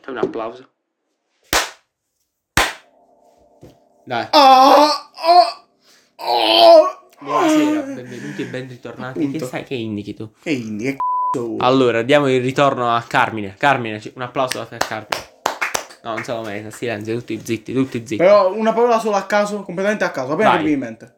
Fai un applauso. Dai. Buonasera, benvenuti e ben ritornati. Appunto. Che sai che indichi tu? Che indie, che c***o vuoi? Allora, diamo il ritorno a Carmine. Carmine, un applauso a Carmine. No, non se lo merita, silenzio, tutti zitti, tutti zitti. Però una parola solo a caso, completamente a caso, appena Vai. ti viene in mente.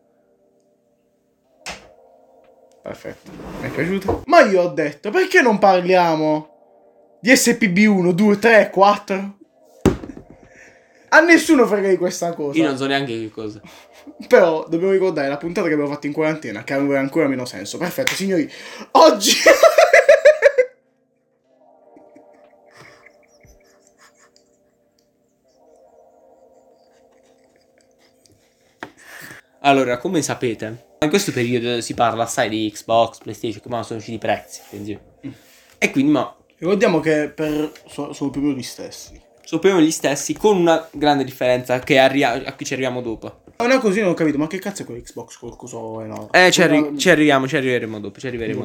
Perfetto, mi è piaciuto. Ma io ho detto, perché non parliamo di SPB1, 2, 3, 4? A nessuno frega di questa cosa. Io non so neanche che cosa. Però dobbiamo ricordare la puntata che abbiamo fatto in quarantena, che aveva ancora meno senso. Perfetto, signori, oggi... Allora, come sapete, in questo periodo si parla assai di Xbox, PlayStation, che ma sono usciti i prezzi, attenzione. E quindi, ma Ricordiamo che sono proprio gli stessi. sappiamo gli stessi, con una grande differenza che a cui ci arriviamo dopo. Non è così, non ho capito, ma che cazzo è quell'Xbox qualcosa enorme? Ci arriveremo dopo.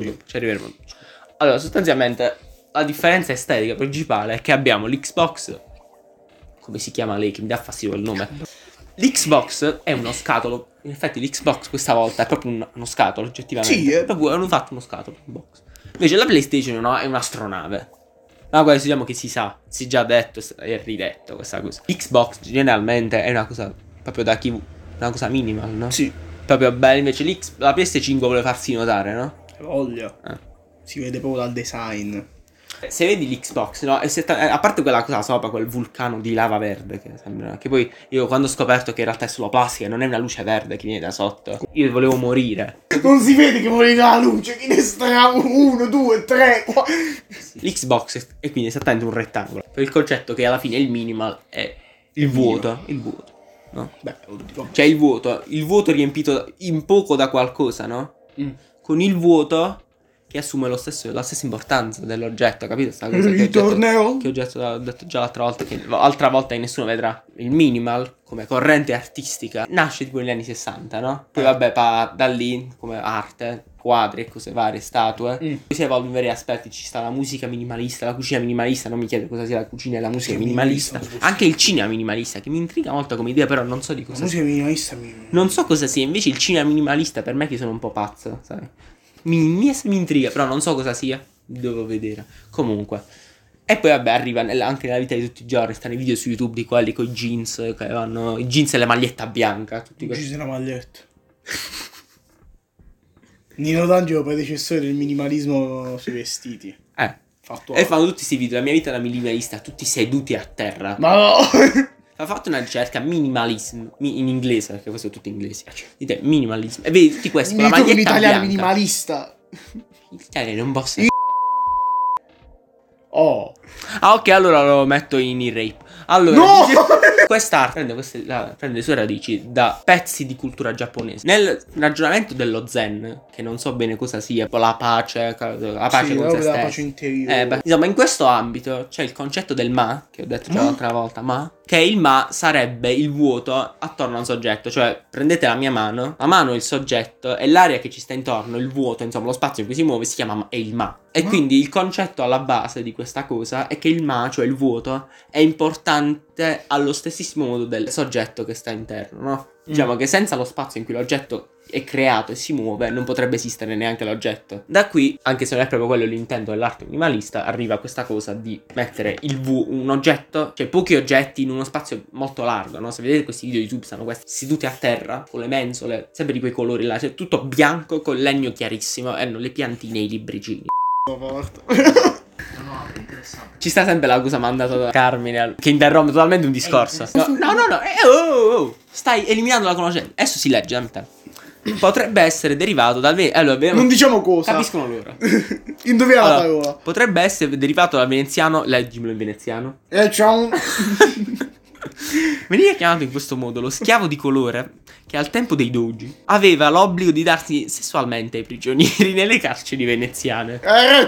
Allora, sostanzialmente, la differenza estetica principale è che abbiamo l'Xbox, come si chiama lei, che mi dà fastidio il nome. L'Xbox è uno scatolo. In effetti l'Xbox questa volta è proprio uno scatolo, oggettivamente. Sì, Proprio hanno fatto uno scatolo, un box. Invece la PlayStation no, è un'astronave. Ma guarda, diciamo che si sa, si è già detto e ridetto questa cosa. Xbox generalmente è una cosa proprio da chi... una cosa minimal, no? Sì. Proprio bella, invece la PS5 vuole farsi notare, no? Voglia. Si vede proprio dal design. Se vedi l'Xbox, no? A parte quella cosa sopra, quel vulcano di lava verde che sembra. Che poi io quando ho scoperto che in realtà è solo plastica, non è una luce verde che viene da sotto, io volevo morire. Non si vede che muore la luce, che ne sta 1, 2, 3, 4. L'Xbox è quindi esattamente un rettangolo. Per il concetto che alla fine il minimal è il vuoto. Il vuoto, no? Beh, oddio. Cioè il vuoto riempito in poco da qualcosa, no? Con il vuoto che assume la stessa importanza dell'oggetto, capito? Sta cosa Ritornerò. che ho detto già l'altra volta, che altra volta che nessuno vedrà. Il minimal, come corrente artistica, nasce tipo negli anni 60, no? Poi vabbè, da lì, come arte, quadri e cose varie, statue. Poi si evolve in vari aspetti, ci sta la musica minimalista, la cucina minimalista, non mi chiedo cosa sia la cucina e la musica minimalista. Anche il cinema minimalista, che mi intriga molto come idea, però non so di cosa La musica minimalista non so cosa sia, invece il cinema minimalista per me che sono un po' pazzo, sai? Mi intriga, però non so cosa sia. Devo vedere. Comunque. E poi vabbè, arriva anche nella vita di tutti i giorni. Stanno i video su YouTube di quelli con i jeans che vanno. I jeans e la maglietta bianca. Tutti questi. Uccisi una maglietta. Nino D'Angelo, predecessore del minimalismo sui vestiti. Fatto E fanno tutti questi video. La mia vita da minimalista, tutti seduti a terra. Ma no! Ha fatto una ricerca minimalism in inglese, perché questo è tutto inglese. Dite minimalism. E vedi tutti questi con la maglietta un italiano bianca. minimalista. L'italiano non posso. Oh. Ah, ok, allora lo metto in e-rape. Allora, No! quest'arte prende le sue radici da pezzi di cultura giapponese. Nel ragionamento dello zen, che non so bene cosa sia, la pace con se la stessi. pace interiore. Insomma, in questo ambito c'è il concetto del ma, che ho detto già l'altra volta, che il ma sarebbe il vuoto attorno a un soggetto. Cioè, prendete la mia mano, la mano è il soggetto e l'aria che ci sta intorno, il vuoto, insomma, lo spazio in cui si muove si chiama è il ma. E quindi il concetto alla base di questa cosa è che il ma, cioè il vuoto, è importante allo stessissimo modo del soggetto che sta interno, no? Diciamo che senza lo spazio in cui l'oggetto è creato e si muove non potrebbe esistere neanche l'oggetto. Da qui, anche se non è proprio quello l'intento dell'arte minimalista, arriva questa cosa di mettere un oggetto, cioè pochi oggetti in uno spazio molto largo, no? Se vedete questi video di YouTube stanno questi seduti a terra con le mensole, sempre di quei colori là, cioè tutto bianco con legno chiarissimo e hanno le piantine e i libricini. Ci sta sempre la cosa mandata da Carmine che interrompe totalmente un discorso. No. Stai eliminando la conoscenza. Adesso si legge, dammi tempo. Potrebbe essere derivato dal non diciamo cosa. Capiscono loro. Indovina la parola. Potrebbe essere derivato dal veneziano. Leggimelo in veneziano. C'è un... Veniva chiamato in questo modo lo schiavo di colore che al tempo dei doji aveva l'obbligo di darsi sessualmente ai prigionieri nelle carceri veneziane.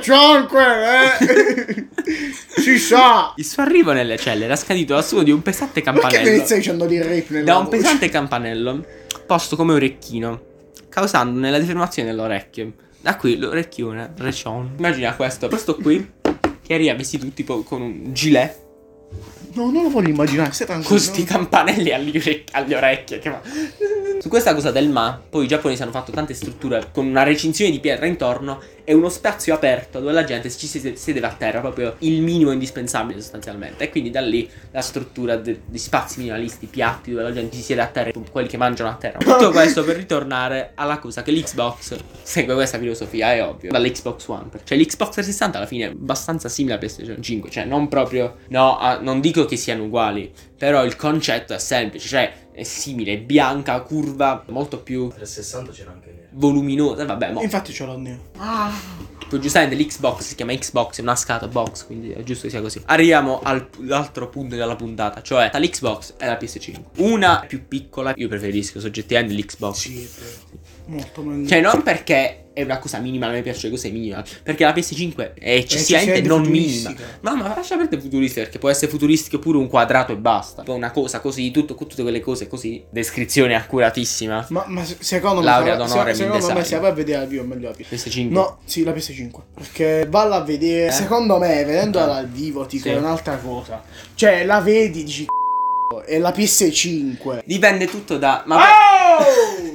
Si sa. Il suo arrivo nelle celle era scandito dal suono di un pesante campanello. Perché Venezia dicendo di rape nella Da un voce? pesante campanello posto come orecchino, causandone la deformazione dell'orecchio. Da qui l'orecchione recion. Immagina questo qui che arriva vestito tipo con un gilet No, non lo voglio immaginare, stai tranquillo. Con sti campanelli alle orecchie. Su questa cosa del poi i giapponesi hanno fatto tante strutture con una recinzione di pietra intorno e uno spazio aperto dove la gente ci sedeva a terra, proprio il minimo indispensabile sostanzialmente. E quindi da lì la struttura di spazi minimalisti, piatti dove la gente si siede a terra, quelli che mangiano a terra. Tutto questo per ritornare alla cosa che l'Xbox segue questa filosofia, è ovvio, dall'Xbox One. Cioè l'Xbox 360 alla fine è abbastanza simile alla PlayStation 5, cioè non proprio, no, non dico che siano uguali, però il concetto è semplice, cioè è simile, è bianca, curva, molto più 360 c'era anche nero. voluminosa, vabbè, Infatti ce l'ho nero. poi giustamente l'Xbox si chiama Xbox, è una scatola box, quindi è giusto che sia così. Arriviamo all'altro punto della puntata, cioè tra l'Xbox e la PS5. Una è più piccola, io preferisco soggettivamente l'Xbox. Sì, è vero. Molto meglio. Cioè non perché è una cosa minima, a me piace le cose minime, perché la PS5 è eccessivamente non minima. futuristica. Ma lascia perdere futuristica, perché può essere futuristico pure un quadrato e basta. Poi una cosa così, tutte quelle cose così. Descrizione accuratissima. Ma secondo me, Laurea d'onore in secondo me design. se vai a vedere al vivo è meglio la PS5. PS5. No, sì, la PS5. Perché valla a vedere. Secondo me, vedendola dal vivo, ti Sì. è un'altra cosa. Cioè, la vedi, dici è la PS5. Dipende tutto da... Oh!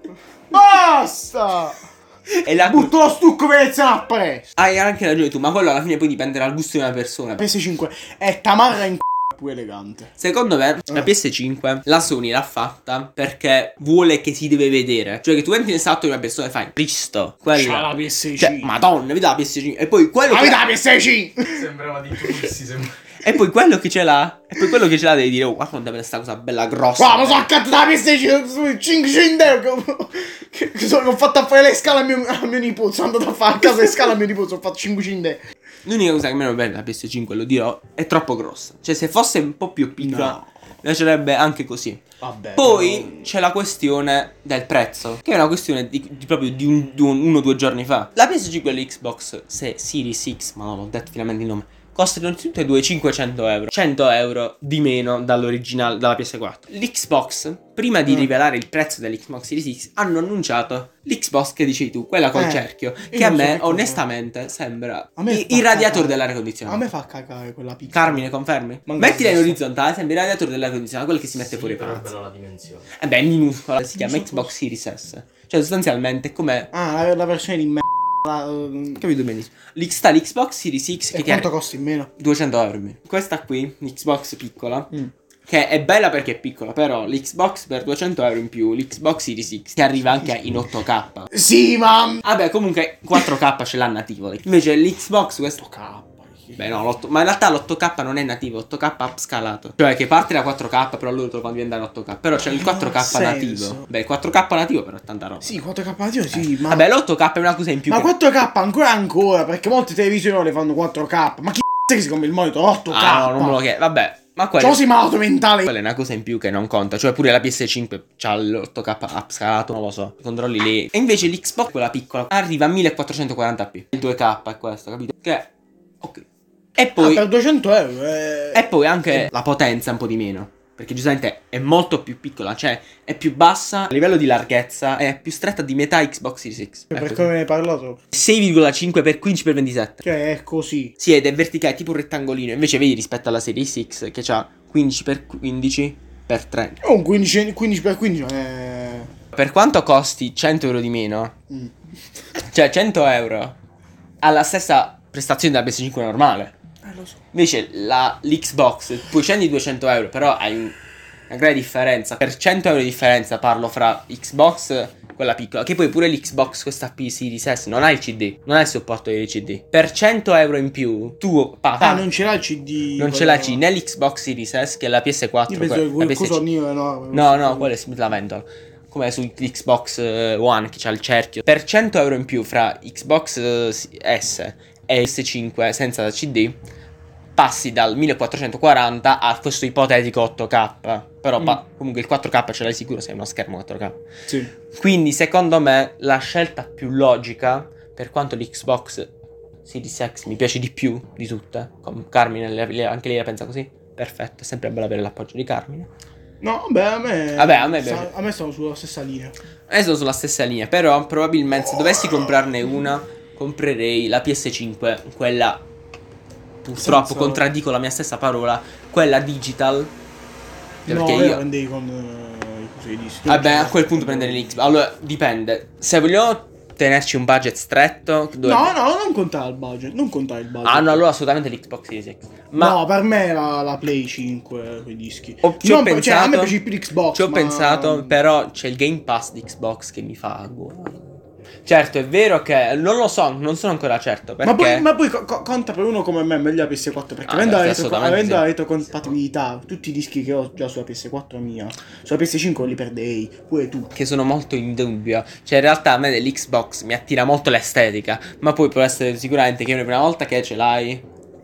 Basta! E la... Butto lo stucco veneziano appresso. Hai anche ragione tu, ma quello alla fine poi dipende dal gusto di una persona. La PS5 è tamarra in più elegante. Secondo me la PS5 la Sony l'ha fatta perché vuole che si deve vedere. Cioè che tu entri nel salotto di una persona e fai Cristo, quella. C'ha la PS5. Cioè, madonna, vedi la PS5. E poi quello Ma che vedi la PS5! Sembrava di turissi, sembrava. E poi quello che ce l'ha. E poi quello che ce l'ha devi dire, oh, guarda quanta bella sta cosa bella grossa. Guarda, ma sono accanto la PS5 su 500 che ho fatto a fare le scale a mio nipote. Sono andato a fare a casa le scale a mio nipote, ho fatto 500. L'unica cosa che meno bene della PS5, lo dirò, è troppo grossa. Cioè se fosse un po' più piccola, No. mi piacerebbe anche così. Vabbè. Poi c'è la questione del prezzo, che è una questione proprio di uno o 2 giorni fa. La PS5 e l'Xbox Series X, ma non ho detto finalmente il nome, costano tutte e due 500 euro. 100 euro di meno dall'originale, dalla PS4. L'Xbox, prima di rivelare il prezzo dell'Xbox Series X, hanno annunciato l'Xbox che dicevi tu, quella col cerchio, che a non so me che cos'è. onestamente sembra A me fa il radiatore cagare. dell'aria A condizionata. me fa cagare quella piccola. Carmine, confermi? Manca Mettila in questo. orizzontale, sembra il radiatore dell'aria condizionata, quello che si mette fuori i però è palazzi. bella la dimensione. E beh, è minuscola, si chiama Non so Xbox Series S. Cioè sostanzialmente è come... Ah, la versione di Capito benissimo. Sta l'Xbox Series X che E ti quanto costa in meno? 200 euro in meno. Questa qui, l'Xbox piccola, che è bella perché è piccola, però l'Xbox per 200 euro in più, l'Xbox Series X, che arriva anche in 8K. Sì, ma... Vabbè, comunque 4K ce l'ha nativo. Invece l'Xbox questo... Beh no, ma in realtà l'8K non è nativo, 8K upscalato. Cioè che parte da 4K, però loro te lo fanno diventare 8K. Però c'è il 4K senso. nativo. Beh, il 4K nativo però è tanta roba. Sì, 4K nativo sì, ma... Vabbè, l'8K è una cosa in più. Ma che- 4K ancora, perché molte televisioni le fanno 4K. Ma chi che si compra il monitor 8K? Ah, no, non me lo chiedo. Vabbè, ma quello... Ciò si malato mentale. Quella è una cosa in più che non conta. Cioè pure la PS5 c'ha l'8K upscalato, non lo so. Controlli lì. E invece l'Xbox, quella piccola, arriva a 1440p. Il 2K è questo, capito? Che... Ok. E poi... Per 200 euro E poi anche la potenza un po' di meno. Perché giustamente è molto più piccola. Cioè è più bassa a livello di larghezza. È più stretta di metà Xbox Series X. Per come ne hai parlato? 6,5 x 15 x 27. Cioè è così. Sì, ed è verticale, tipo un rettangolino. Invece vedi rispetto alla Series X che ha 15 x 15 x 30. Un 15 per 15 non è... Per quanto costi 100 euro di meno, cioè 100 euro ha la stessa prestazione della PS5 normale. Lo so. Invece l'Xbox, poi scendi 200 euro, però hai una grande differenza. Per 100 euro di differenza parlo fra Xbox, quella piccola, che poi pure l'Xbox, questa P Series S, non ha il CD, non ha il supporto dei CD. Per 100 euro in più, tu non ce l'ha il CD. non ce l'hai né l'Xbox Series S che la PS4. Io penso che la quel PS5. coso mio no. No, quello è Smith Lavendel. Come su Xbox One che c'ha il cerchio. Per 100 euro in più fra Xbox S e PS5 senza CD passi dal 1440 a questo ipotetico 8K. Però comunque il 4K ce l'hai sicuro se hai uno schermo 4K. Sì. Quindi secondo me la scelta più logica, per quanto l'Xbox Series X mi piace di più di tutte, con Carmine anche lei la pensa così, perfetto, è sempre bello avere l'appoggio di Carmine. No, beh, a me... a me stiamo sulla stessa linea. Sono sulla stessa linea, però probabilmente se dovessi comprarne una, comprerei la PS5, quella purtroppo Senza- contraddico la mia stessa parola, quella digital. No, Perché io io prendevi con i cosi di dischi. vabbè, a quel punto prendere l'Xbox. Allora, dipende. Se vogliamo tenerci un budget stretto, No, non contare il budget. Non contare il budget. Ah, no, allora assolutamente l'Xbox Series X. Ma No, per me era la Play 5 quei dischi. ci ho Non- pensato. Cioè, a me piace più l'Xbox. Ci ho ma- pensato, però c'è il Game Pass di Xbox che mi fa guai. Certo, è vero che non lo so, non sono ancora certo. Perché Ma poi conta per uno come me, meglio la PS4. Perché Ah, beh, assolutamente avendo sì. la retrocompatibilità, tutti i dischi che ho già sulla PS4 mia, sulla PS5 li perderei. Pure tu. che sono molto in dubbio. Cioè, in realtà a me dell'Xbox mi attira molto l'estetica. Ma poi può essere sicuramente che una prima volta che ce l'hai.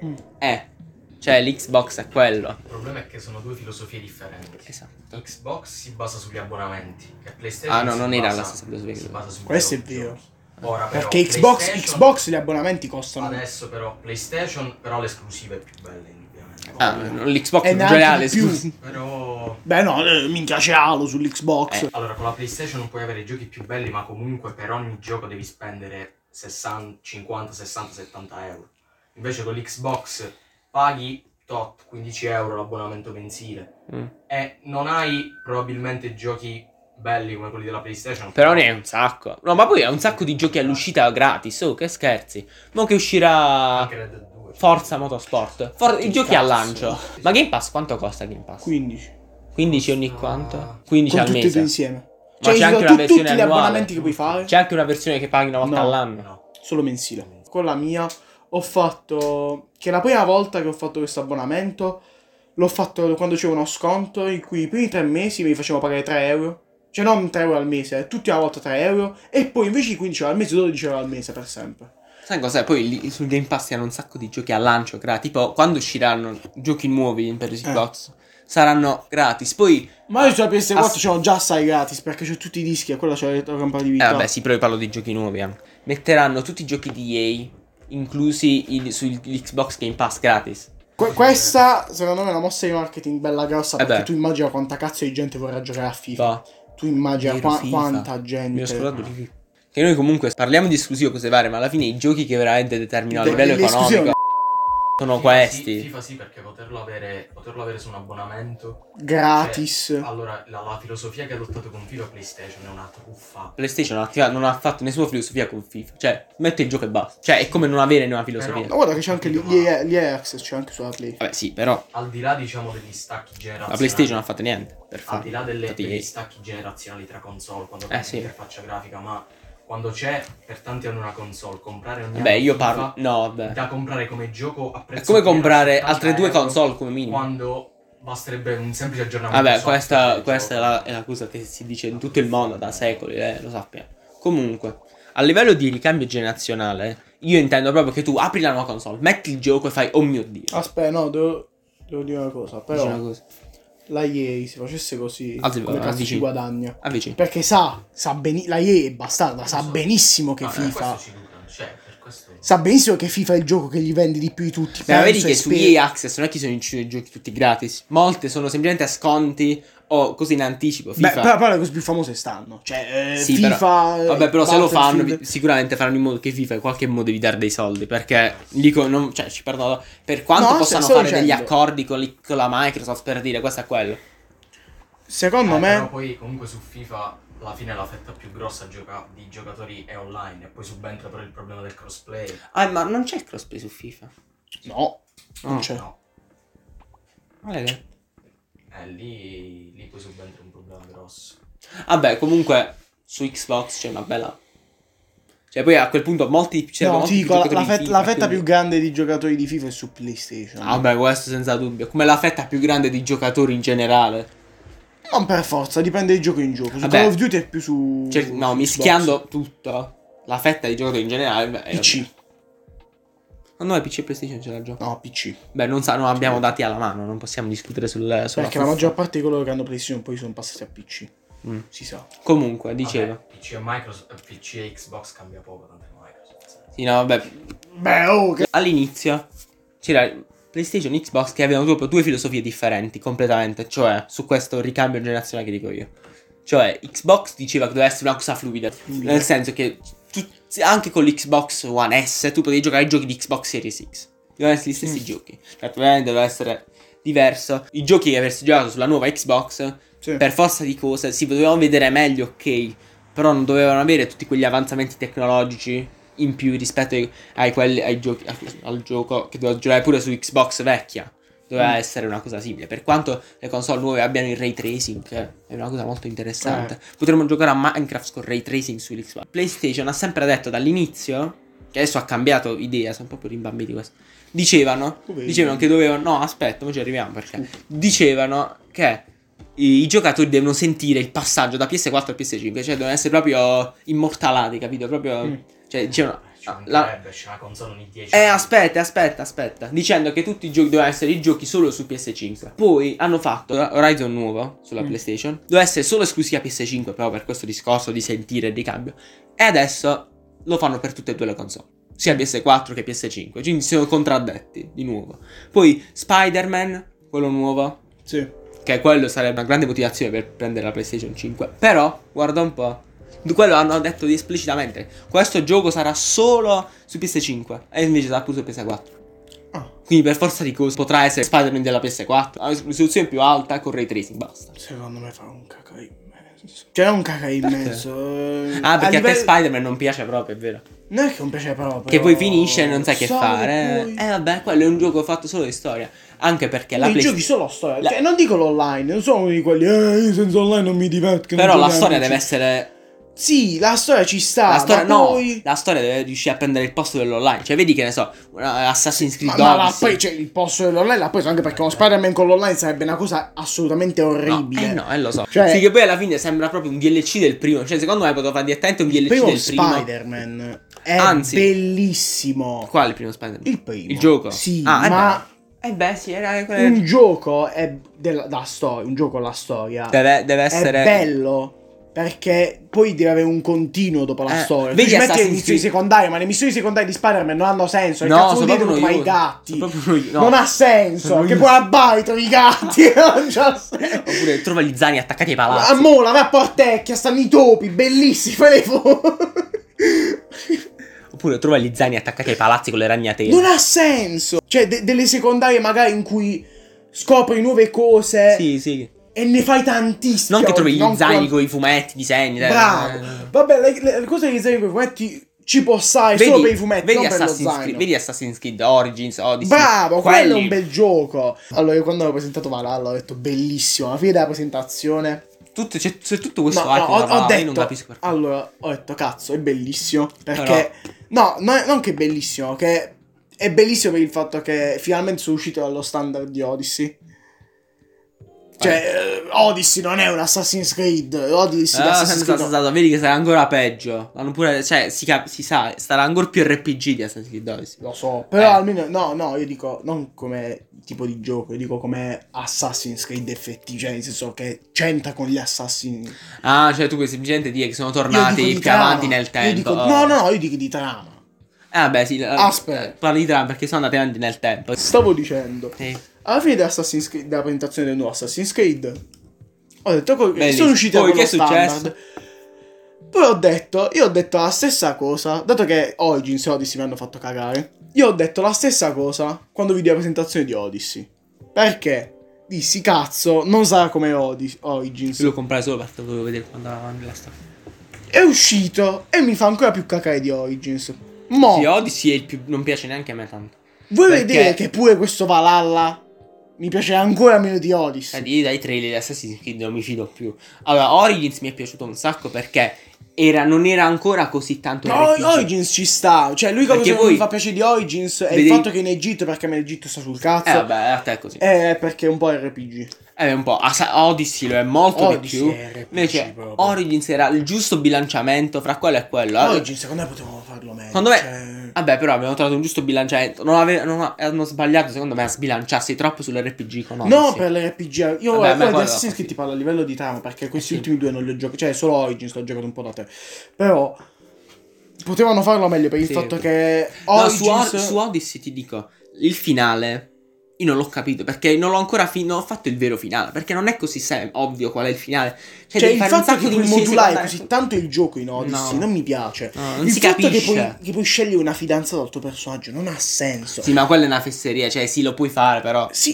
Cioè, l'Xbox è quello. Il problema è che sono due filosofie differenti. Esatto. Xbox si basa sugli abbonamenti e PlayStation Ah, no, si non era basa- la stessa filosofia. si basa sui Questo è videogiochi. vero. Ora però Perché PlayStation- Xbox gli abbonamenti costano. Adesso però PlayStation però le esclusive più belle indubbiamente. Ah, l'Xbox E in neanche generale, di più. scusi. Però Beh, no, minchia c'è Halo sull'Xbox. allora con la PlayStation non puoi avere i giochi più belli, ma comunque per ogni gioco devi spendere 60, 50, 60, 70 euro. Invece con l'Xbox paghi tot 15 euro l'abbonamento mensile e non hai probabilmente giochi belli come quelli della PlayStation. Però ne è un sacco. No, ma poi è un sacco di giochi all'uscita gratis. Oh, che scherzi. Mo che uscirà Anche Red Dead 2. Forza Motorsport. I giochi cazzo. al lancio. Ma Game Pass quanto costa Game Pass? 15. 15 ogni quanto? 15 Con al tutti e due mese. insieme. Ma c'è ci anche sono una versione tutti gli annuale. abbonamenti che puoi fare. C'è anche una versione che paghi una volta No. all'anno. No. Solo mensile. Con la mia ho fatto. Che la prima volta che ho fatto questo abbonamento l'ho fatto quando c'era uno sconto in cui i primi 3 mesi mi facevo pagare 3 euro. Cioè non 3 euro al mese, tutti una volta 3 euro. E poi invece di 15 euro al mese, 12 euro al mese per sempre. Sai cos'è? Poi lì sul Game Pass hanno un sacco di giochi al lancio gratis. Tipo, quando usciranno giochi nuovi per Xbox, saranno gratis. Poi, Ma io sulla PS4 Ass- c'ho già assai gratis perché c'ho tutti i dischi e quella c'ho la retrocompatibilità. vabbè, sì, però io parlo di giochi nuovi anche. Metteranno tutti i giochi di EA, inclusi sull'Xbox Game Pass gratis. Questa secondo me è una mossa di marketing bella grossa perché beh. tu immagina quanta cazzo di gente vorrà giocare a FIFA. Boh. Tu immagina Vero, FIFA. quanta Mi ho gente. scordato di FIFA. Che noi comunque parliamo di esclusivo cose varie, ma alla fine i giochi che veramente determinano a livello L'esclusiva- economico sono FIFA questi. FIFA sì, perché poterlo avere su un abbonamento. Gratis. Cioè, allora, la filosofia che ha adottato con FIFA PlayStation è una truffa. PlayStation non ha fatto nessuna filosofia con FIFA. Cioè, mette il gioco e basta. Cioè, è come non avere una filosofia. Ma guarda che c'è anche Capito, l'EA Access, c'è anche sulla Play. Vabbè, sì, però Al di là, diciamo, degli stacchi generazionali. la PlayStation non ha fatto niente per Al farlo. di là Infatti, degli stacchi generazionali tra console, quando Eh, cambi sì. l'interfaccia grafica, ma quando c'è per tanti anni una console, comprare ogni Vabbè, anno io FIFA parlo. No, vabbè. da comprare come gioco a prezzo È come pieno, comprare 70 altre due euro, console come minimo. quando basterebbe un semplice aggiornamento. Vabbè, software del questa gioco. è la cosa che si dice in tutto il mondo da secoli, lo sappiamo. Comunque, a livello di ricambio generazionale, io intendo proprio che tu apri la nuova console, metti il gioco e fai, oh mio Dio. Aspetta, no, devo dire una cosa. Dici Però una cosa. la EA se facesse così, come cazzo avvicini. ci guadagna? Avvicini. Perché la EA è bastarda, sa benissimo che Vabbè, FIFA. questo ci lucrano, cioè, per questo. Sa benissimo che FIFA è il gioco che gli vende di più di tutti. Ma vedi Penso che e su spero. EA Access non è che sono i giochi tutti gratis. Molte sono semplicemente a sconti o così in anticipo. Beh, FIFA. però le cose più famose stanno. Cioè, Sì, FIFA. vabbè, però se lo fanno, Battlefield. sicuramente faranno in modo che FIFA in qualche modo devi dare dei soldi. Perché dico, cioè, ci perdono. Per quanto No, possano sto fare degli dicendo. accordi con la Microsoft per dire questo è quello. Secondo Però me. poi comunque su FIFA alla fine la fetta più grossa di giocatori è online e poi subentra però il problema del crossplay. Ah, ma non c'è il crossplay su FIFA. No, non No. c'è. No, Vale. lì poi subentra un problema grosso. Vabbè, comunque su Xbox c'è una bella. Cioè, poi a quel punto molti. No, molti ti dico, la, giocatori di FIFA, la fetta quindi- più grande di giocatori di FIFA è su PlayStation. Vabbè, questo senza dubbio. Come la fetta più grande di giocatori in generale. Non per forza, dipende di gioco in gioco. Su Vabbè. Call of Duty è più su. Cioè, su no, Xbox. mischiando tutto. La fetta di giocatori in generale. Beh, PC. No, PC e PlayStation ce l'ha già. No, PC. Beh, non abbiamo dati alla mano, non possiamo discutere sulla Perché la fuffa. maggior parte di coloro che hanno PlayStation poi sono passati a PC. Mm. Si sa. Comunque, dicevo. Vabbè, PC e Microsoft, PC e Xbox cambia poco, tanto è Microsoft. Sì, no, vabbè. Beh, oh, che. All'inizio c'era PlayStation e Xbox che avevano proprio due filosofie differenti completamente, cioè su questo ricambio generazionale che dico io. Cioè Xbox diceva che doveva essere una cosa fluida, nel senso che anche con l'Xbox One S tu potevi giocare ai giochi di Xbox Series X. Dovevano essere gli stessi giochi. Cioè, ovviamente doveva essere diverso. I giochi che avresti giocato sulla nuova Xbox, Sì. per forza di cose, si potevano vedere meglio, ok, però non dovevano avere tutti quegli avanzamenti tecnologici in più rispetto ai giochi, al gioco che doveva giocare pure su Xbox vecchia. Doveva essere una cosa simile. Per quanto le console nuove abbiano il ray tracing, che è una cosa molto interessante, potremmo giocare a Minecraft con ray tracing sull'Xbox. PlayStation ha sempre detto dall'inizio, che adesso ha cambiato idea, sono proprio rimbambiti questo. Dicevano che dovevano. No, aspetta, ora ci arriviamo perché. Dicevano che i giocatori devono sentire il passaggio da PS4 a PS5, cioè devono essere proprio immortalati, capito? Proprio. Cioè, dicevano. C'è una console ogni 10 Aspetta. Dicendo che tutti i giochi dovevano essere i giochi solo su PS5. Poi hanno fatto Horizon nuovo sulla PlayStation. Doveva essere solo esclusiva PS5, però per questo discorso di sentire il ricambio. E adesso lo fanno per tutte e due le console, sia PS4 che PS5. Quindi si sono contraddetti di nuovo. Poi Spider-Man, quello nuovo. Sì. Che quello sarebbe una grande motivazione per prendere la PlayStation 5. Però, guarda un po'. Quello hanno detto esplicitamente. Questo gioco sarà solo su PS5. E invece sarà pure su PS4. Quindi per forza di cose potrà essere Spider-Man della PS4. Ha una risoluzione più alta con ray tracing, basta. Secondo me fa un caca immenso. Cioè non un caca immenso. Perché a te Spider-Man non piace proprio, è vero. Non è che non piace proprio. Che poi finisce e non sai che fare. Vabbè, quello è un gioco fatto solo di storia. Anche perché la giochi solo storia. Cioè, non dico l'online. Non sono uno di quelli. Io senza online non mi diverto. Però la storia deve essere. Sì, la storia ci sta. La storia, ma poi... la storia deve riuscire a prendere il posto dell'online. Cioè, vedi che ne so, Assassin's Creed ma poi c'è il posto dell'online. L'ha preso anche perché uno Spider-Man con l'online sarebbe una cosa assolutamente orribile. No, lo so. Cioè, sì, che poi alla fine sembra proprio un DLC del primo. Cioè, secondo me poteva fare direttamente un DLC del primo. Spider-Man è bellissimo. Quale il primo Spider-Man? Il primo. Il gioco? Sì, ma... sì, era un gioco è della storia. Un gioco alla storia. Deve essere... È bello. Perché poi deve avere un continuo dopo la storia. Vedi, ci metti le missioni secondarie, ma le missioni secondarie di Spider-Man non hanno senso. No, cazzo vuol dire come i gatti. Non ha senso. Che poi a Bari trovi i gatti. Non c'ha senso. Oppure trova gli zaini attaccati ai palazzi. A Mola, vai a Portecchia, stanno i topi, bellissimi. Oppure trova gli zaini attaccati ai palazzi con le ragnatele. Non ha senso. Cioè, delle secondarie magari in cui scopri nuove cose. Sì. E ne fai tantissime. Non che trovi gli zaini con i fumetti, disegni. Bravo. Vabbè, le cose dei disegni con i fumetti ci può stare solo per i fumetti, non per lo zaino. Vedi Assassin's Creed Origins, Odyssey. Bravo, quello è un bel gioco. Allora, io quando avevo presentato Valhalla ho detto bellissimo. Alla fine della presentazione c'è tutto questo ho detto, non capisco perché. Allora, ho detto cazzo, è bellissimo. Perché non che è bellissimo, che è bellissimo per il fatto che finalmente sono uscito dallo standard di Odyssey. Cioè, Odyssey non è un Assassin's Creed. Odyssey vedi che sarà ancora peggio. Hanno pure, cioè, si sa, sarà ancora più RPG di Assassin's Creed Odyssey. Lo so, però almeno no, io dico non come tipo di gioco, io dico come Assassin's Creed effettivo, cioè nel senso che c'entra con gli Assassin. Cioè tu puoi semplicemente dire che sono tornati più avanti nel tempo. Io dico di trama. Vabbè, sì. Aspetta. Parli di trama perché sono andati avanti nel tempo. Stavo dicendo. Sì. Alla fine della presentazione del nuovo Assassin's Creed ho detto sono usciti con lo standard. Poi io ho detto la stessa cosa. Dato che Origins e Odyssey mi hanno fatto cagare, io ho detto la stessa cosa quando vidi la presentazione di Odyssey. Perché dissi cazzo, non sarà come Origins. Io lo comprai solo perché volevo vedere quando andava nella storia. È uscito e mi fa ancora più cacare di Origins. Sì, Odyssey è il più, non piace neanche a me tanto. Vuoi vedere che pure questo Valhalla mi piace ancora meno di Odyssey? Dai trailer di Assassin's Creed non mi fido più. Allora, Origins mi è piaciuto un sacco perché non era ancora così tanto RPG. Origins ci sta. Cioè, l'unica cosa che mi fa piacere di Origins è il fatto che in Egitto, perché in Egitto sta sul cazzo. Vabbè, a te è così. Perché è un po' RPG. Un po'. Odyssey lo è molto Odyssey di più. RPG invece proprio. Origins era il giusto bilanciamento fra quello e quello. Origins secondo me potevano farlo meglio. Secondo me vabbè, però abbiamo trovato un giusto bilanciamento. Hanno sbagliato secondo me a sbilanciarsi troppo sull'RPG con Odyssey. No, per l'RPG. Io di Assassin's Creed ti parlo a livello di trama, perché questi ultimi due non li ho giocati. Cioè solo Origins l'ho giocato un po' da te. Però potevano farlo meglio per il fatto che Origins... su Odyssey ti dico, il finale io non l'ho capito, perché non l'ho ancora non ho fatto il vero finale, perché non è così ovvio qual è il finale. Cioè il fatto che puoi modulare così tanto il gioco in Odyssey non mi piace. Non il si fatto capisce. che puoi scegliere una fidanzata dal tuo personaggio non ha senso. Sì, ma quella è una fesseria, cioè sì, lo puoi fare, però. Sì, ma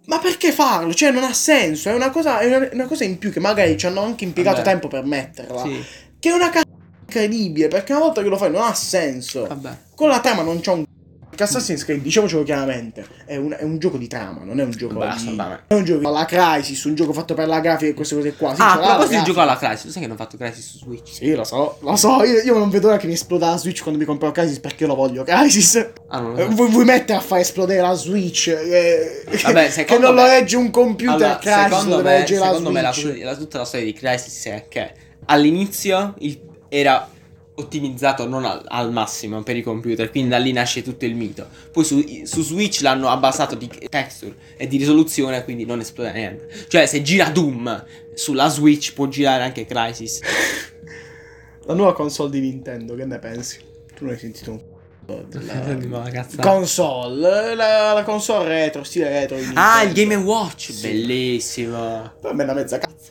Ma perché farlo? Cioè, non ha senso. È una cosa, una cosa in più che magari ci hanno anche impiegato Vabbè. tempo per metterla. Sì, Che è una cazzo incredibile. Perché una volta che lo fai non ha senso. vabbè. Con la trama non c'è un. Perché Assassin's Creed, diciamocelo chiaramente, è un gioco di trama, non è un gioco Vabbè, di. assolutamente. È un gioco alla Crysis, un gioco fatto per la grafica e queste cose qua. Sì, Ah, ce a l'ha la proposito di grafica. gioco alla Crysis, sai che hanno fatto Crysis su Switch? Sì, lo so. Io non vedo l'ora che mi esploda la Switch quando mi compro Crysis perché io lo voglio Crysis. Ah, non lo so. Vuoi mettere a fare esplodere la Switch? Vabbè, che secondo non me- lo regge un computer Allora, Crysis, secondo lo me, regge la secondo me Switch. tutta la storia di Crysis è che all'inizio era ottimizzato non al massimo per i computer, quindi da lì nasce tutto il mito. Poi su Switch l'hanno abbassato di texture e di risoluzione, quindi non esplode niente. Cioè, se gira Doom sulla Switch può girare anche Crysis. La nuova console di Nintendo, che ne pensi? Tu non hai sentito un Ma cazzata. console, la console retro, stile retro di Ah, il Nintendo. Game Watch, Sì. bellissimo. Per me è una mezza cazzo.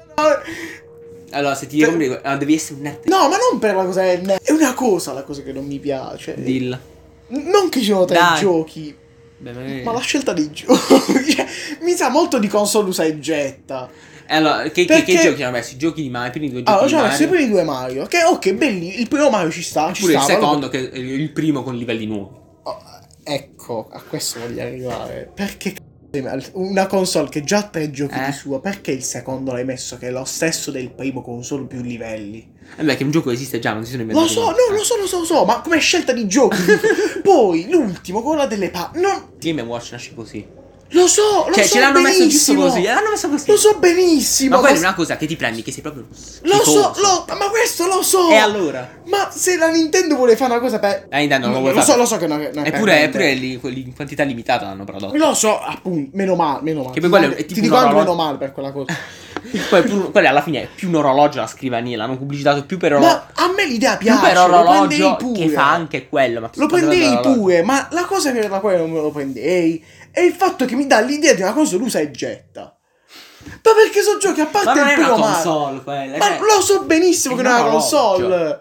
Allora, se ti compri, devi essere un nerd. No, ma non per la cosa è una cosa la cosa che non mi piace. Dill. Non che ci sono tre Dai. giochi, Beh, magari- ma la scelta dei giochi. Cioè, mi sa molto di console usa e getta. Allora, che Perché- giochi hanno messo? I giochi di Mario, i primi due giochi Allora, di ci hanno messo i Mario. primi due Mario. Che ok, belli. Il primo Mario ci sta. Ci Oppure il stava, secondo, che è il primo con livelli nuovi. Oh, ecco, a questo voglio arrivare. Perché una console che già ha tre giochi di sua, perché il secondo l'hai messo che è lo stesso del primo con solo più livelli? Beh, che un gioco esiste già, non si sono Lo inventati. so, no, lo so, ma come scelta di giochi. Poi l'ultimo, quello delle non. Game Watch nasce così. Lo so, Cioè, so ce l'hanno messo giusto benissimo. così. L'hanno messo così. Lo so benissimo. Ma quella è una cosa che ti prendi, che sei proprio. Lo so, schifoso. ma questo lo so. E allora? Ma se la Nintendo vuole fare una cosa per. La Nintendo non lo vuole lo fare. so che non è per Eppure vendere. lì, quelli in quantità limitata l'hanno prodotto. Lo so, appunto, meno male. Che poi quello è Ti tipo dico un anche orologio. meno male per quella cosa. Poi quella alla fine è più un orologio alla scrivania. L'hanno pubblicitato più per orologio. Ma a me l'idea Più per piace, lo orologio prenderei pure. che fa anche quello. Ma Lo prenderei pure, ma la cosa per la quale non me lo prenderei è il fatto che mi dà l'idea di una console usa e getta. Ma perché sono giochi a parte Ma non il è una primo Mario. console quella. Ma lo so benissimo è che non è una un orologio. console.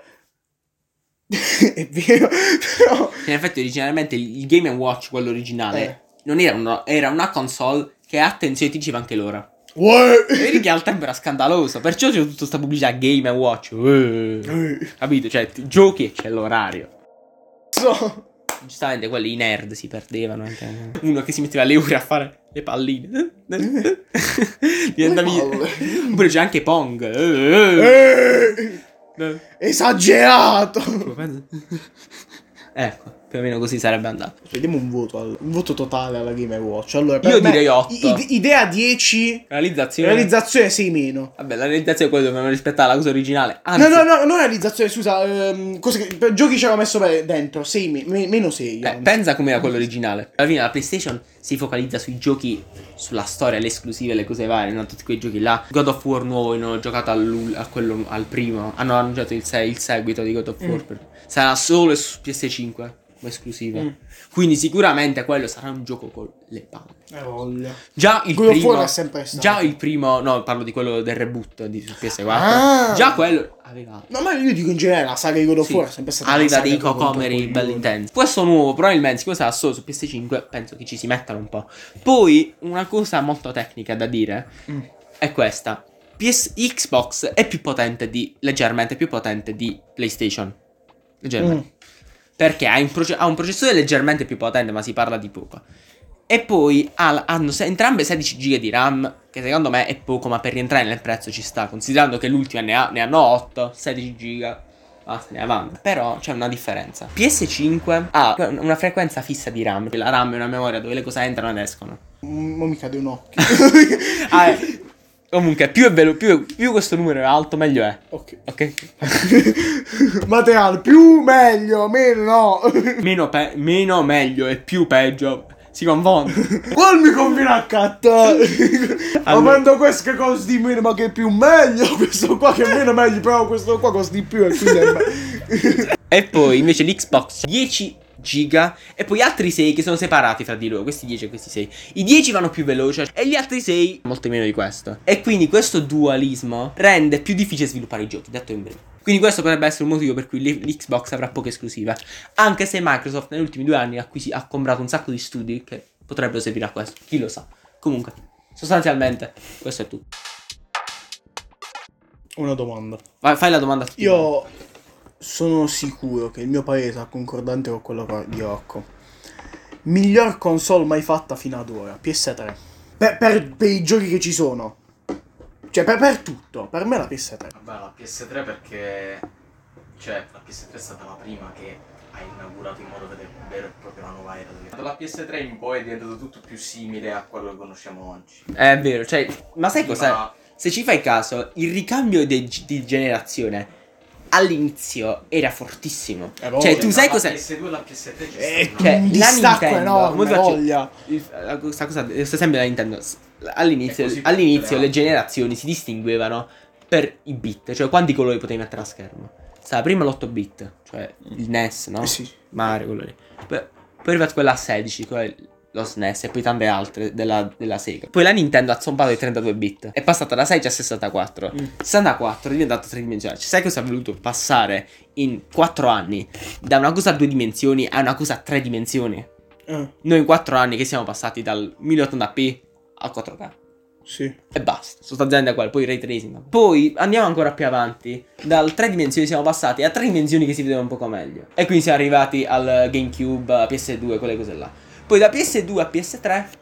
È vero, però. In effetti, originalmente il Game Watch, quello originale, non era una console che, attenzione, ti diceva anche l'ora. Vedi che al tempo era scandaloso. Perciò c'è tutta sta pubblicità Game Watch. Capito? Cioè, giochi e c'è l'orario. So. Giustamente quelli i nerd si perdevano anche. Uno che si metteva le ore a fare le palline. Diventa Oppure c'è anche Pong. Esagerato. Ecco, più o meno così sarebbe andato. Vediamo un voto totale alla Game Watch. Allora, per Io me, direi 8. Idea 10, realizzazione 6 meno. Vabbè, la realizzazione è quello dovevano rispettare la cosa originale. Anzi, No, non realizzazione, scusa, per giochi ci avevo messo dentro, 6 meno 6. pensa com'era quello originale. Alla fine la PlayStation si focalizza sui giochi, sulla storia, le esclusive, le cose varie, non tutti quei giochi là. God of War nuovo, io non ho giocato al primo. Hanno annunciato il seguito di God of War. Sarà solo su PS5 come esclusiva. Quindi sicuramente quello sarà un gioco con le palle. Voglia. Già il God of primo, War è sempre stato. già il primo, no, parlo di quello del reboot di su PS4. Ah. Già quello aveva No, ma io dico in generale, la saga di God of Sì. War è sempre stata una aveva saga dei che ho cocomeri contato belli con intensi. Questo nuovo probabilmente, siccome sarà solo su PS5, penso che ci si mettano un po'. Poi una cosa molto tecnica da dire è questa: Xbox è più potente leggermente più potente di PlayStation. Leggermente. Perché ha un processore leggermente più potente, ma si parla di poco. E poi hanno entrambe 16 GB di RAM, che secondo me è poco, ma per rientrare nel prezzo ci sta, considerando che l'ultima ne hanno 8, 16 GB. Basta, ne avanti. Però c'è una differenza. PS5 ha una frequenza fissa di RAM. La RAM è una memoria dove le cose entrano ed escono. Mo mi cade un occhio. Comunque, più questo numero è alto, meglio è. Ok. Ok? Materiale, più meglio, meno no. Meno meglio e più peggio. Si confonde. Qual mi conviene a cattare? Ma Allora. quando questo che costa di meno, ma che è più meglio. Questo qua che è meno meglio, però questo qua costa di più e quindi è meglio. E poi invece l'Xbox 10 giga e poi altri 6 che sono separati fra di loro, questi 10 e questi 6. I 10 vanno più veloce e gli altri 6 molto meno di questo. E quindi questo dualismo rende più difficile sviluppare i giochi, detto in breve. Quindi questo potrebbe essere un motivo per cui l'Xbox avrà poche esclusive. Anche se Microsoft negli ultimi 2 anni ha comprato un sacco di studi che potrebbero servire a questo, chi lo sa. Comunque, sostanzialmente, questo è tutto. Una domanda. Vai, fai la domanda a tutti. Io sono sicuro che il mio parere sarà concordante con quello di Rocco. Miglior console mai fatta fino ad ora, PS3. Per i giochi che ci sono. Cioè, per tutto. Per me la PS3. Vabbè, la PS3 perché... Cioè, la PS3 è stata la prima che ha inaugurato in modo vero e proprio la nuova era. Dalla PS3 in poi è diventato tutto più simile a quello che conosciamo oggi. È vero, cioè, ma sai Prima- cosa? Se ci fai caso, il ricambio di generazione all'inizio era fortissimo. Cioè, tu sai La cos'è? PS2 e la PS3 c'è stato Cioè, un la distacco Nintendo, enorme, mo ti faccio- voglia. Questa cosa, questo esempio della Nintendo. All'inizio, È così all'inizio per le generazioni si distinguevano per i bit, cioè quanti colori potevi mettere a schermo. Stava prima l'8 bit, cioè il NES, no? Sì. Mario, quello lì. Poi è arrivato quella a 16, lo SNES e poi tante altre della Sega. Poi la Nintendo ha zompato i 32 bit. È passata da 16 a 64. 64 è diventato tridimensionale. Cioè, sai cosa ha voluto passare in 4 anni? Da una cosa a 2 dimensioni a una cosa a 3 dimensioni. Noi in 4 anni che siamo passati dal 1080p al 4K. Sì. E basta, sostanzialmente quello, poi ray tracing. Poi andiamo ancora più avanti. Dal 3 dimensioni siamo passati a 3 dimensioni che si vedono un poco meglio. E quindi siamo arrivati al GameCube, a PS2, quelle cose là. Poi da PS2 a PS3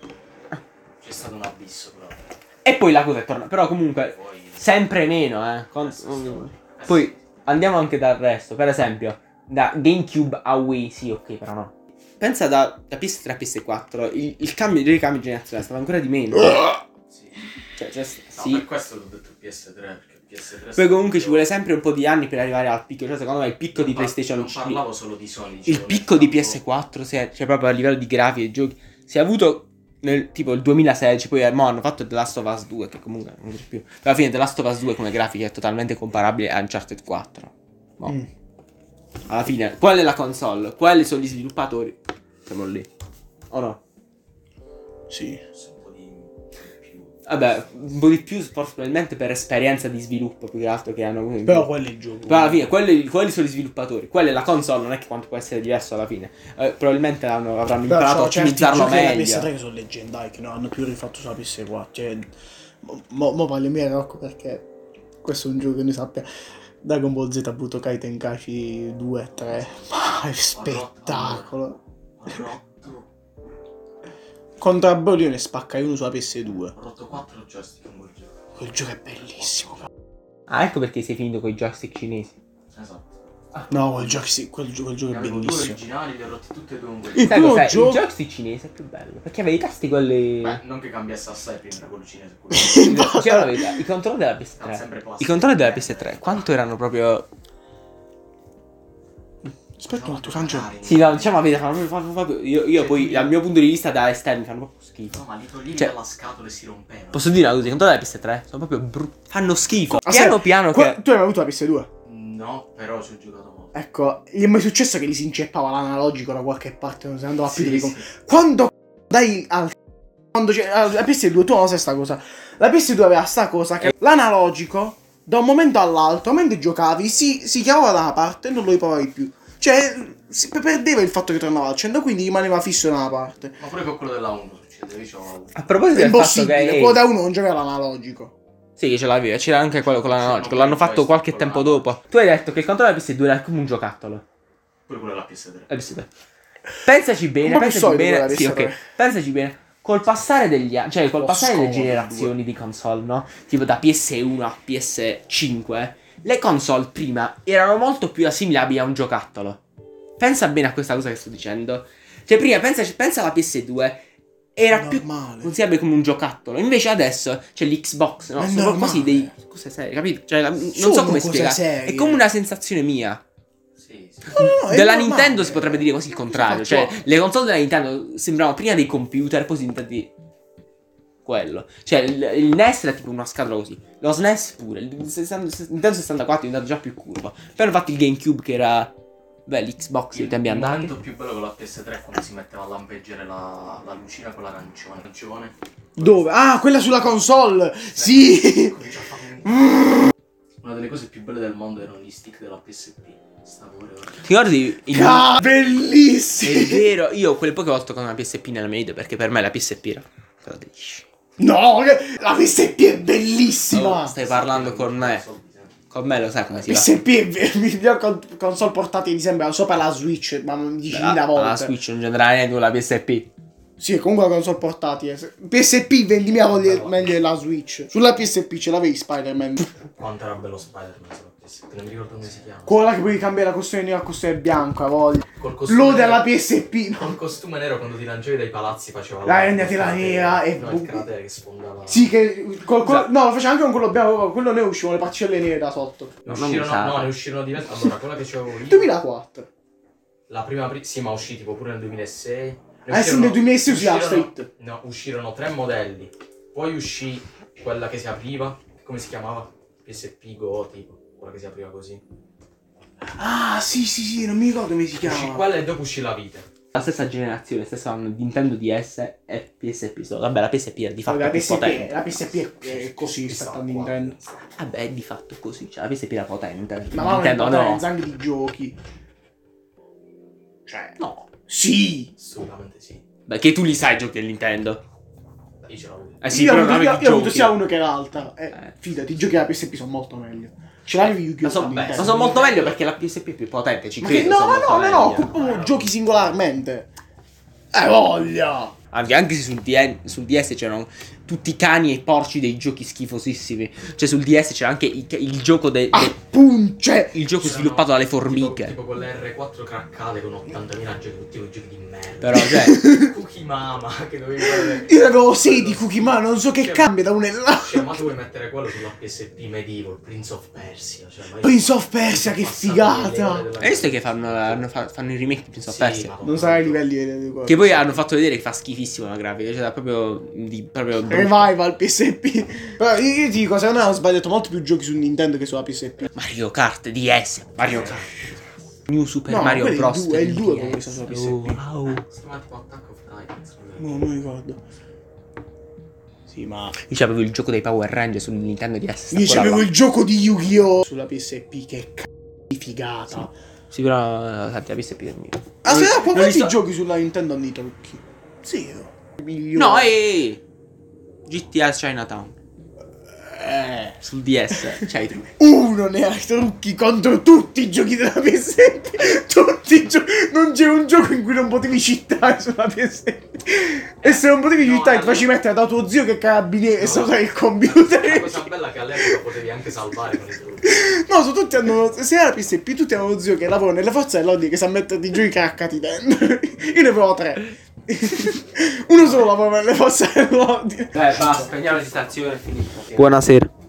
C'è stato un abisso però. e poi la cosa è tornata. Però comunque Poi... sempre meno, Poi andiamo anche dal resto. Per esempio, da GameCube a Wii, sì, ok, però no. Pensa da PS3 a PS4, il ricambio generazionale è stato ancora di meno. Sì. Cioè, No, sì. per questo l'ho detto PS3, perché PS3 Poi comunque ci vuole sempre un po' di anni per arrivare al picco. Cioè, secondo me il picco di PlayStation Non parlavo solo di Sony, il dicevo picco di nel campo- PS4, cioè proprio a livello di grafici e giochi, si è avuto nel tipo il 2016. Poi mo hanno fatto The Last of Us 2, che comunque non c'è più. Alla fine The Last of Us 2 come grafica è totalmente comparabile a Uncharted 4. No. Alla fine, qual è la console? Quali sono gli sviluppatori? Siamo lì. O no? Sì. Un po' di più. Vabbè, un po' di più forse probabilmente per esperienza di sviluppo più che altro che hanno avuto. Però quello è il gioco. Però alla fine, quelli sono gli sviluppatori. Quella è la console, non è che quanto può essere diverso alla fine. Probabilmente avranno imparato a ottimizzarlo certi giochi meglio. della PS3 che sono leggendari, che non hanno più rifatto sulla PS4. Cioè, mo parliamo di Rocco perché questo è un gioco che noi sappiamo. Dragon Ball Z Budokai Tenkaichi 2 e 3. Ma è spettacolo. Ho Contro Abrodio ne spaccai uno sulla PS2. rotto 4 joystick in quel gioco. Quel gioco è bellissimo. Ah, ecco perché sei finito con i joystick cinesi. Esatto. No, quel gioco, sì, quel gioco è Avevo due bellissimo. originali, li ho rotti tutti e due con Il quelli. Sai primo cos'è? gioco- Il joystick cinese è più bello. Perché aveva i tasti quelli. Beh, non che cambiasse assai prima era quello cinese. Quello. Diciamo la verità, i controlli della Stanno sempre PS3. classici. I controlli della PS3, quanto erano proprio. Aspetta un attimo, Francia. Sì, no, diciamo la verità, fanno proprio. Io poi, dal mio punto di vista, da esterni, fanno proprio schifo. No, ma li toglievi Cioè- dalla scatola e si rompevano. Posso dire una cosa, i controlli della PS3 sono proprio brutti. Fanno schifo. Aspetta, Piano piano che. Tu hai mai avuto la PS2? No, però ci ho giocato molto. Ecco, gli è mai successo che gli si inceppava l'analogico da qualche parte, non si andava più Sì, di sì. Quando dai al... Quando c'è la PS2, tu non sai sta cosa. La PS2 aveva sta cosa che l'analogico, da un momento all'altro, mentre giocavi, si chiamava da una parte e non lo riprovavi più. Cioè, si perdeva il fatto che tornava al centro, quindi rimaneva fisso da una parte. Ma pure con quello della 1 succede, io c'ho la 1. A proposito È del fatto impossibile, che. quello da uno non giocava l'analogico. Sì, che ce l'aveva, c'era anche quello con l'analogico. L'hanno fatto qualche tempo quello dopo. Tu hai detto che il controllo della PS2 era come un giocattolo. Pure quello della PS3. La PS2. Pensaci bene, Un po' più pensaci solido bene. quella Sì, PS3. ok. Pensaci bene. Col passare degli anni, cioè col Lo passare delle scomodo, generazioni di console, no? Tipo da PS1 a PS5, le console prima erano molto più assimilabili a un giocattolo. Pensa bene a questa cosa che sto dicendo. Cioè prima pensa alla PS2 era più Normale. considerabile come un giocattolo. Invece adesso c'è l'Xbox, no? Ma è Sono normale. quasi dei cose serie, capito? Cioè non Sono so come cose spiegare. serie. È come una sensazione mia. Sì, sì. No, è Della normale. Nintendo si potrebbe dire così il contrario. Cioè, le console della Nintendo sembravano prima dei computer, poi sono diventati quello. Cioè, il NES era tipo una scatola così. Lo SNES pure. Il Nintendo 64 è diventato già più curvo. Poi hanno fatto il GameCube che era. Beh, l'Xbox dei tempi Il andati. momento più bello con la PS3 è quando si metteva a lampeggiare la lucina con l'arancione. Dove? Ah, quella sulla console! Sì! Comincia a fare un... Una delle cose più belle del mondo erano gli stick della PSP. Stavo ore. Ti ricordi il. Bellissimo! È vero, io quelle poche volte con una PSP nella mia vita, perché per me la PSP era quella degli sci. No, la PSP è bellissima. Oh, stai parlando con me. Con me lo sai come si fa. PSP è miglior console portatile di sempre, sopra la Switch, ma 10.000 volte. La Switch non c'entra niente con la PSP. Sì, è comunque una console portatile. PSP vendi meglio della Switch. Sulla PSP ce l'avevi Spider-Man. Quanto era bello Spider-Man sulla PSP, non mi ricordo come si chiama. Quella che puoi cambiare la costume nera al costume bianco, a voglia. Col costume Lode nero- alla PSP. Col costume nero quando ti lanciavi dai palazzi faceva La ragnatela nera e no, il cratere che sfondava. Sì, che no, lo faceva anche con quello bianco, quello ne uscivano le particelle nere da sotto. Ne Non mi sa. uscirono, no, ne uscirono diverse. Allora, quella che c'avevo io. 2004. La prima sì, ma uscì tipo pure nel 2006. Sì, nel 2006 uscì la Street. No, uscirono 3 modelli. Poi uscì quella che si apriva. Come si chiamava? PSP Go, tipo. Quella che si apriva così. Ah, sì, non mi ricordo come si Uscì chiama. quella e dopo uscì la Vita. La stessa generazione, stessa anno, Nintendo DS e PSP. Vabbè, la PSP è di fatto La più PSP, potente. la PSP è così rispetto a Nintendo. Vabbè, è di fatto così. Cioè, la PSP era potente. Ma non è Nintendo no. potenza anche di giochi. Cioè, No. sì. Assolutamente sì. Perché tu li sai i giochi del Nintendo. Io ce l'avevo. Eh sì, io però ho non avuto, avevi io ho avuto giochi. sia uno che l'altra. Fidati, i giochi della PSP sono molto meglio. Ce l'avevi Yu-Gi-Oh! Ma so su bene, Nintendo. Ma sono molto meglio perché la PSP è più potente, ci Ma credo. che no, sono molto meglio. proprio giochi singolarmente. Voglia! Anche se sul DS c'erano tutti i cani e i porci dei giochi schifosissimi. Cioè sul DS c'era anche il gioco Punce! il gioco C'erano sviluppato dalle formiche. Tipo con le R4 craccate con 80.000 giochi, tutti quei giochi di merda. Però cioè Cookie Mama che dovevi fare. Io ne avevo 6 di Cookie Man, non so che cambia da uno e l'altro. Cioè, ma tu vuoi mettere quello sulla PSP Medieval, Prince of Persia. Cioè, ma io- Prince of Persia, che Passate figata! le ore della hai visto vita. che fanno i remake di Prince of Sì, Persia? ma Non sai i livelli di quello. Che poi hanno fatto vedere che fa schifissimo la grafica. Cioè proprio Revival PSP. Però io ti dico, secondo me hanno sbagliato molto più giochi su Nintendo che sulla PSP. Mario Kart DS. Mario Kart. New Super No, Mario quello è il Bros. due, è il del due DS. quello che sta sulla PSP. Wow. Si chiama tipo Attack of Titans. No, non ricordo. Sì, ma Io c'avevo il gioco dei Power Ranger sul Nintendo DS. io c'avevo il gioco di Yu-Gi-Oh! Sulla PSP, che di figata. Sì, però senti, la PSP è mio. Aspetta, Non li quanti sto- giochi sulla Nintendo hanno i trucchi? Zero. Milioni. No, GTA Chinatown. Sul DS c'hai tu. Uno ne ha i trucchi contro tutti i giochi della PSP. Tutti i giochi. Non c'è un gioco in cui non potevi cheatare sulla PSP. E se non potevi No, cheatare, ti allora- facevi mettere da tuo zio che è carabiniere e No. so usare il La computer. cosa bella è che all'epoca potevi anche salvare con i trucchi. No, so tutti hanno. Se era la PSP, tutti hanno lo zio che lavora nelle forze dell'ordine che sa mettere i giochi craccati dentro. Io ne avevo 3. Uno solo lavora nelle forze dell'ordine. Basta, prendiamo la distrazione e finita. Buonasera.